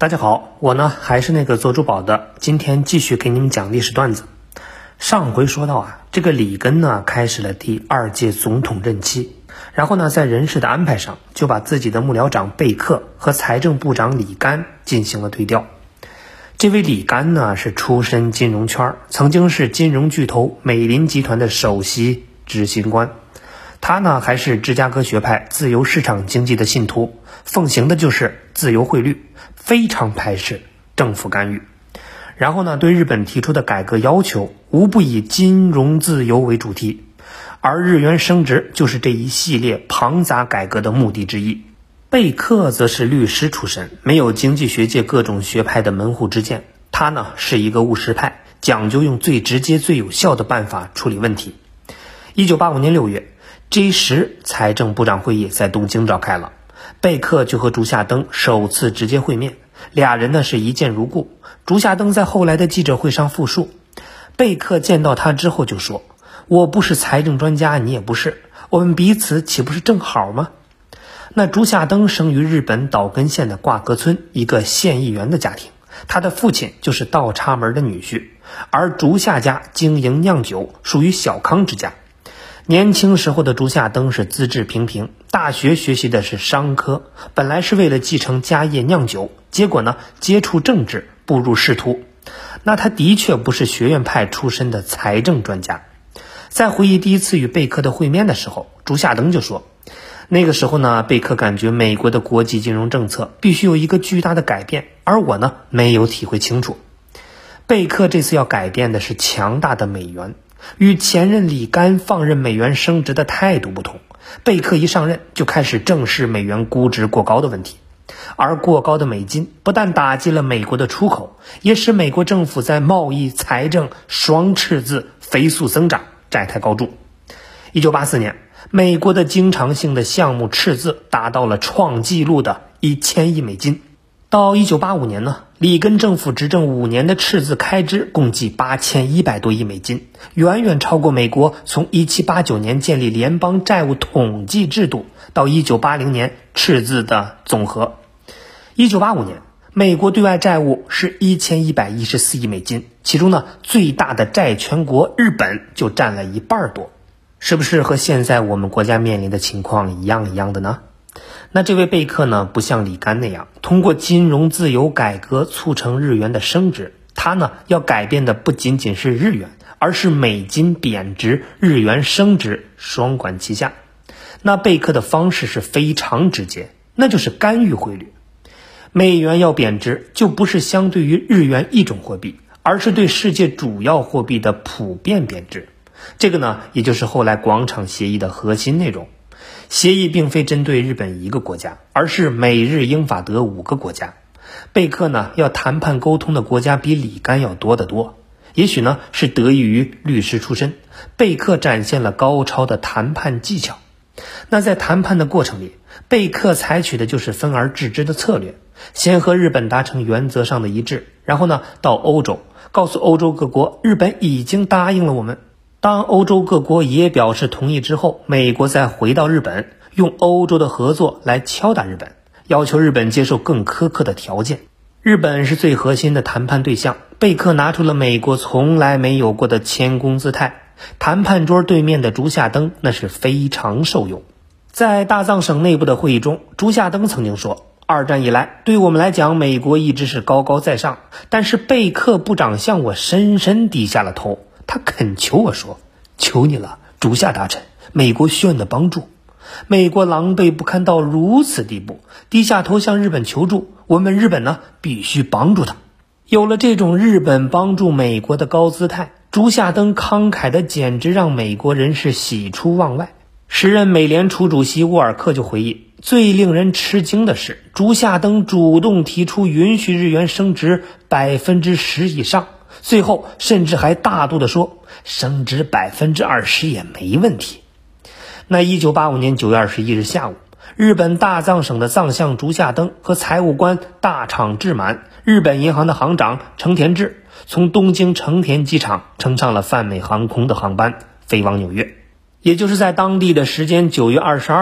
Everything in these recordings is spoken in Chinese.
大家好，我呢还是那个做珠宝的，今天继续给你们讲历史段子。上回说到这个里根呢开始了第2届总统任期，然后呢在人事的安排上就把自己的幕僚长贝克和财政部长里甘进行了对调。这位里甘呢是出身金融圈，曾经是金融巨头美林集团的首席执行官。他呢还是芝加哥学派自由市场经济的信徒，奉行的就是自由汇率，非常排斥政府干预。然后呢对日本提出的改革要求无不以金融自由为主题，而日元升值就是这一系列庞杂改革的目的之一。贝克则是律师出身，没有经济学界各种学派的门户之见，他呢是一个务实派，讲究用最直接最有效的办法处理问题。1985年6月G10 财政部长会议在东京召开了，贝克就和竹下登首次直接会面，俩人呢是一见如故。竹下登在后来的记者会上复述，贝克见到他之后就说，我不是财政专家，你也不是，我们彼此岂不是正好吗？那竹下登生于日本岛根县的挂格村一个县议员的家庭，他的父亲就是倒插门的女婿，而竹下家经营酿酒，属于小康之家。年轻时候的竹下登是资质平平，大学学习的是商科，本来是为了继承家业酿酒，结果呢接触政治，步入仕途。那他的确不是学院派出身的财政专家。在回忆第一次与贝克的会面的时候，竹下登就说，那个时候呢贝克感觉美国的国际金融政策必须有一个巨大的改变，而我呢没有体会清楚。贝克这次要改变的是强大的美元，与前任里甘放任美元升值的态度不同，贝克一上任就开始正视美元估值过高的问题。而过高的美金不但打击了美国的出口，也使美国政府在贸易财政双赤字飞速增长，债台高筑。1984年美国的经常性的项目赤字达到了创纪录的1000亿美金。到1985年呢，里根政府执政5年的赤字开支共计8100多亿美金，远远超过美国从1789年建立联邦债务统计制度到1980年赤字的总和。1985年美国对外债务是1114亿美金，其中呢最大的债权国日本就占了1半多，是不是和现在我们国家面临的情况一样的呢？那这位贝克呢不像里甘那样通过金融自由改革促成日元的升值，他呢要改变的不仅仅是日元，而是美金贬值日元升值双管齐下。那贝克的方式是非常直接，那就是干预汇率。美元要贬值就不是相对于日元一种货币，而是对世界主要货币的普遍贬值。这个呢也就是后来广场协议的核心内容。协议并非针对日本一个国家，而是美日英法德5个国家。贝克呢要谈判沟通的国家比里甘要多得多，也许呢是得益于律师出身，贝克展现了高超的谈判技巧。那在谈判的过程里，贝克采取的就是分而治之的策略，先和日本达成原则上的一致，然后呢到欧洲告诉欧洲各国，日本已经答应了我们。当欧洲各国也表示同意之后，美国再回到日本，用欧洲的合作来敲打日本，要求日本接受更苛刻的条件。日本是最核心的谈判对象，贝克拿出了美国从来没有过的谦恭姿态。谈判桌对面的竹下登那是非常受用。在大藏省内部的会议中，竹下登曾经说，二战以来对我们来讲，美国一直是高高在上，但是贝克部长向我深深低下了头，他恳求我说，求你了，竹下大臣，美国需要你的帮助。美国狼狈不堪到如此地步，低下头向日本求助，我们日本呢必须帮助他。有了这种日本帮助美国的高姿态，竹下登慷慨的简直让美国人士喜出望外。时任美联储主席沃尔克就回忆，最令人吃惊的是，竹下登主动提出允许日元升值10%以上，最后甚至还大度地说，升值20%也没问题。那1985年9月21日下午，日本大藏省的藏相竹下登和财务官大场智满、日本银行的行长成田智从东京成田机场乘上了泛美航空的航班飞往纽约。也就是在当地的时间9月22号，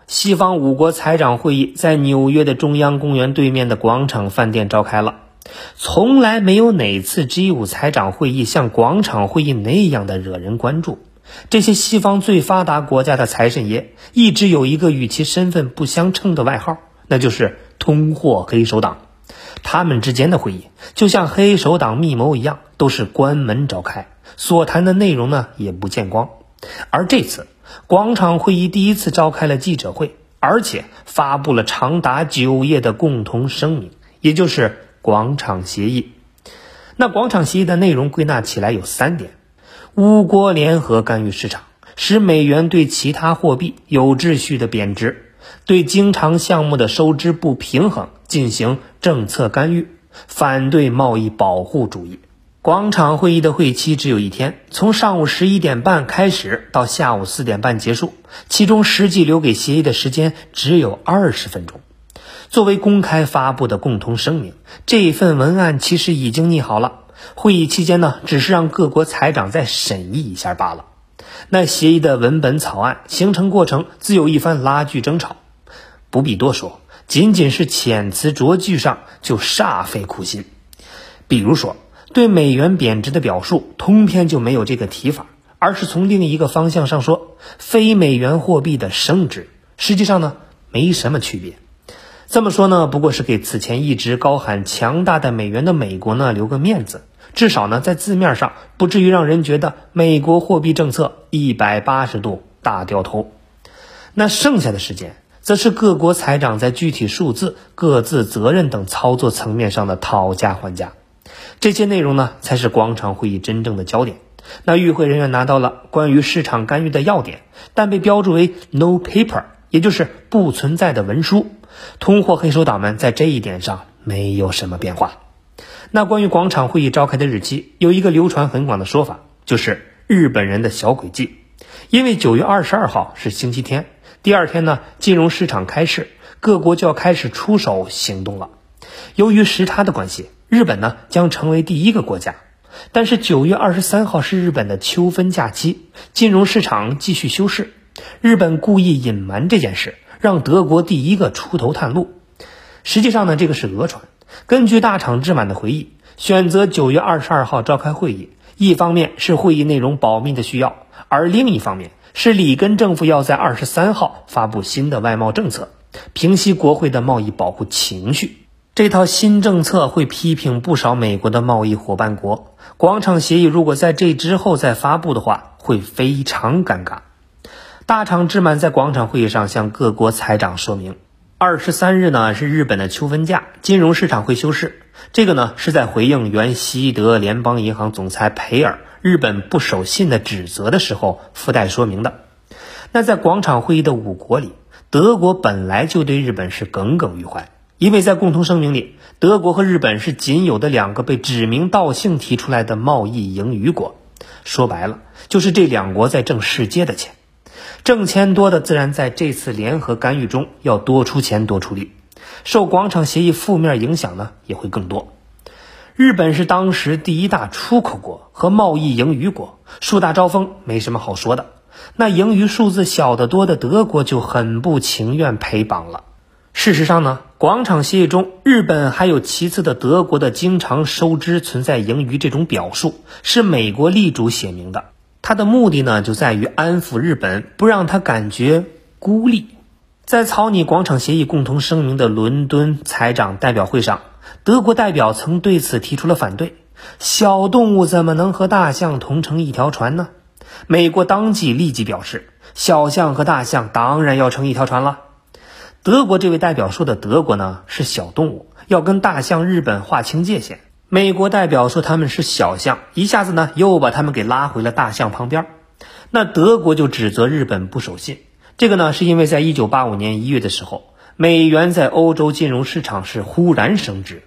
西方5国财长会议在纽约的中央公园对面的广场饭店召开了。从来没有哪次 G5 财长会议像广场会议那样的惹人关注。这些西方最发达国家的财神爷一直有一个与其身份不相称的外号，那就是通货黑手党。他们之间的会议就像黑手党密谋一样，都是关门召开，所谈的内容呢也不见光。而这次广场会议第一次召开了记者会，而且发布了长达9页的共同声明，也就是广场协议。那广场协议的内容归纳起来有3点：5国联合干预市场，使美元对其他货币有秩序的贬值，对经常项目的收支不平衡进行政策干预，反对贸易保护主义。广场会议的会期只有1天，从上午11点半开始到下午4点半结束，其中实际留给协议的时间只有20分钟。作为公开发布的共同声明，这份文案其实已经拟好了，会议期间呢，只是让各国财长再审议一下罢了。那协议的文本草案形成过程自有一番拉锯争吵，不必多说，仅仅是遣词着句上就煞费苦心。比如说，对美元贬值的表述通篇就没有这个提法，而是从另一个方向上说非美元货币的升值，实际上呢没什么区别。这么说呢，不过是给此前一直高喊强大的美元的美国呢留个面子，至少呢在字面上不至于让人觉得美国货币政策180度大掉头。那剩下的时间则是各国财长在具体数字、各自责任等操作层面上的讨价还价。这些内容呢才是广场会议真正的焦点。那与会人员拿到了关于市场干预的要点，但被标注为 no paper， 也就是不存在的文书。通货黑手党们在这一点上没有什么变化。那关于广场会议召开的日期，有一个流传很广的说法，就是日本人的小诡计。因为9月22号是星期天，第2天呢金融市场开市，各国就要开始出手行动了。由于时差的关系，日本呢将成为第1个国家。但是9月23号是日本的秋分假期，金融市场继续休市。日本故意隐瞒这件事，让德国第1个出头探路。实际上呢，这个是讹传。根据大厂智满的回忆，选择9月22号召开会议，一方面是会议内容保密的需要，而另一方面是里根政府要在23号发布新的外贸政策，平息国会的贸易保护情绪。这套新政策会批评不少美国的贸易伙伴国，广场协议如果在这之后再发布的话，会非常尴尬。大厂智满在广场会议上向各国财长说明，23日呢是日本的秋分假，金融市场会休市。这个呢是在回应原西德联邦银行总裁培尔日本不守信的指责的时候附带说明的。那在广场会议的5国里，德国本来就对日本是耿耿于怀，因为在共同声明里，德国和日本是仅有的2个被指名道姓提出来的贸易盈余国。说白了，就是这2国在挣世界的钱。挣钱多的自然在这次联合干预中要多出钱多出力，受广场协议负面影响呢也会更多。日本是当时第1大出口国和贸易盈余国，树大招风没什么好说的。那盈余数字小得多的德国就很不情愿陪绑了。事实上呢，广场协议中日本还有其次的德国的经常收支存在盈余这种表述，是美国力主写明的。它的目的呢就在于安抚日本，不让他感觉孤立。在草拟广场协议共同声明的伦敦财长代表会上，德国代表曾对此提出了反对，小动物怎么能和大象同乘一条船呢？美国当即立即表示，小象和大象当然要乘一条船了。德国这位代表说的德国呢是小动物，要跟大象日本划清界限。美国代表说他们是小象，一下子呢又把他们给拉回了大象旁边。那德国就指责日本不守信，这个呢是因为在1985年1月的时候，美元在欧洲金融市场是忽然升值，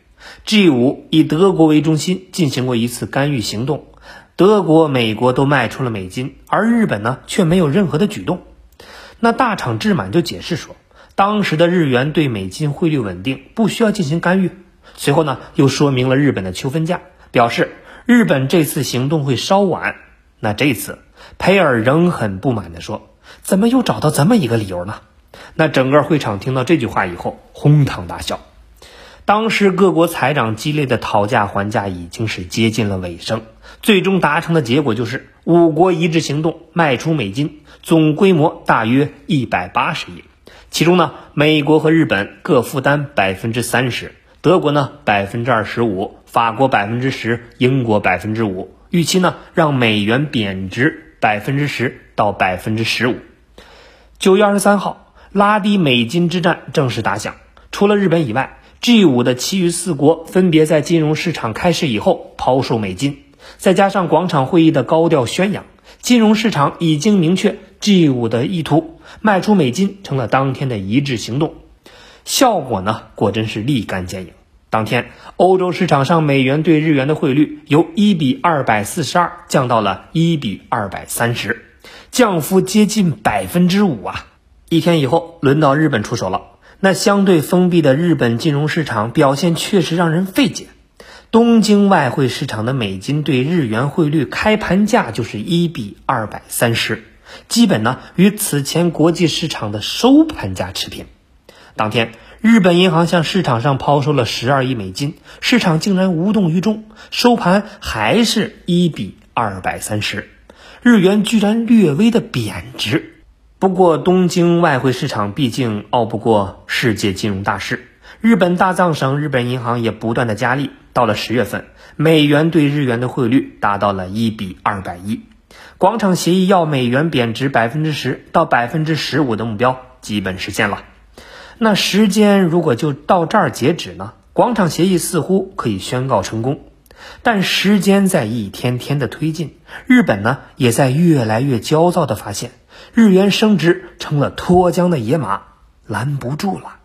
G5 以德国为中心进行过一次干预行动，德国、美国都卖出了美金，而日本呢却没有任何的举动。那大厂智满就解释说，当时的日元对美金汇率稳定，不需要进行干预。随后呢又说明了日本的秋分假，表示日本这次行动会稍晚。那这次培尔仍很不满地说，怎么又找到这么一个理由呢？ 那整个会场听到这句话以后，哄堂大笑。当时各国财长激烈的讨价还价已经是接近了尾声，最终达成的结果就是5国一致行动，卖出美金，总规模大约180亿。其中呢，美国和日本各负担30%，德国呢25%，法国10%，英国5%，预期呢让美元贬值10%到15%。9月23号，拉低美金之战正式打响。除了日本以外， G5 的其余4国分别在金融市场开市以后抛售美金，再加上广场会议的高调宣扬，金融市场已经明确 G5 的意图，卖出美金成了当天的一致行动。效果呢，果真是立竿见影。当天，欧洲市场上美元对日元的汇率由1:242降到了1:230，降幅接近5%啊！一天以后，轮到日本出手了。那相对封闭的日本金融市场表现确实让人费解。东京外汇市场的美金对日元汇率开盘价就是1:230，基本呢与此前国际市场的收盘价持平。当天，日本银行向市场上抛售了12亿美金，市场竟然无动于衷，收盘还是1:230，日元居然略微的贬值。不过东京外汇市场毕竟拗不过世界金融大势，日本大藏省日本银行也不断的加力，到了10月份，美元对日元的汇率达到了1:210，广场协议要美元贬值10%到15%的目标基本实现了。那时间如果就到这儿截止呢，广场协议似乎可以宣告成功。但时间在一天天的推进，日本呢也在越来越焦躁的发现，日元升值成了脱缰的野马，拦不住了。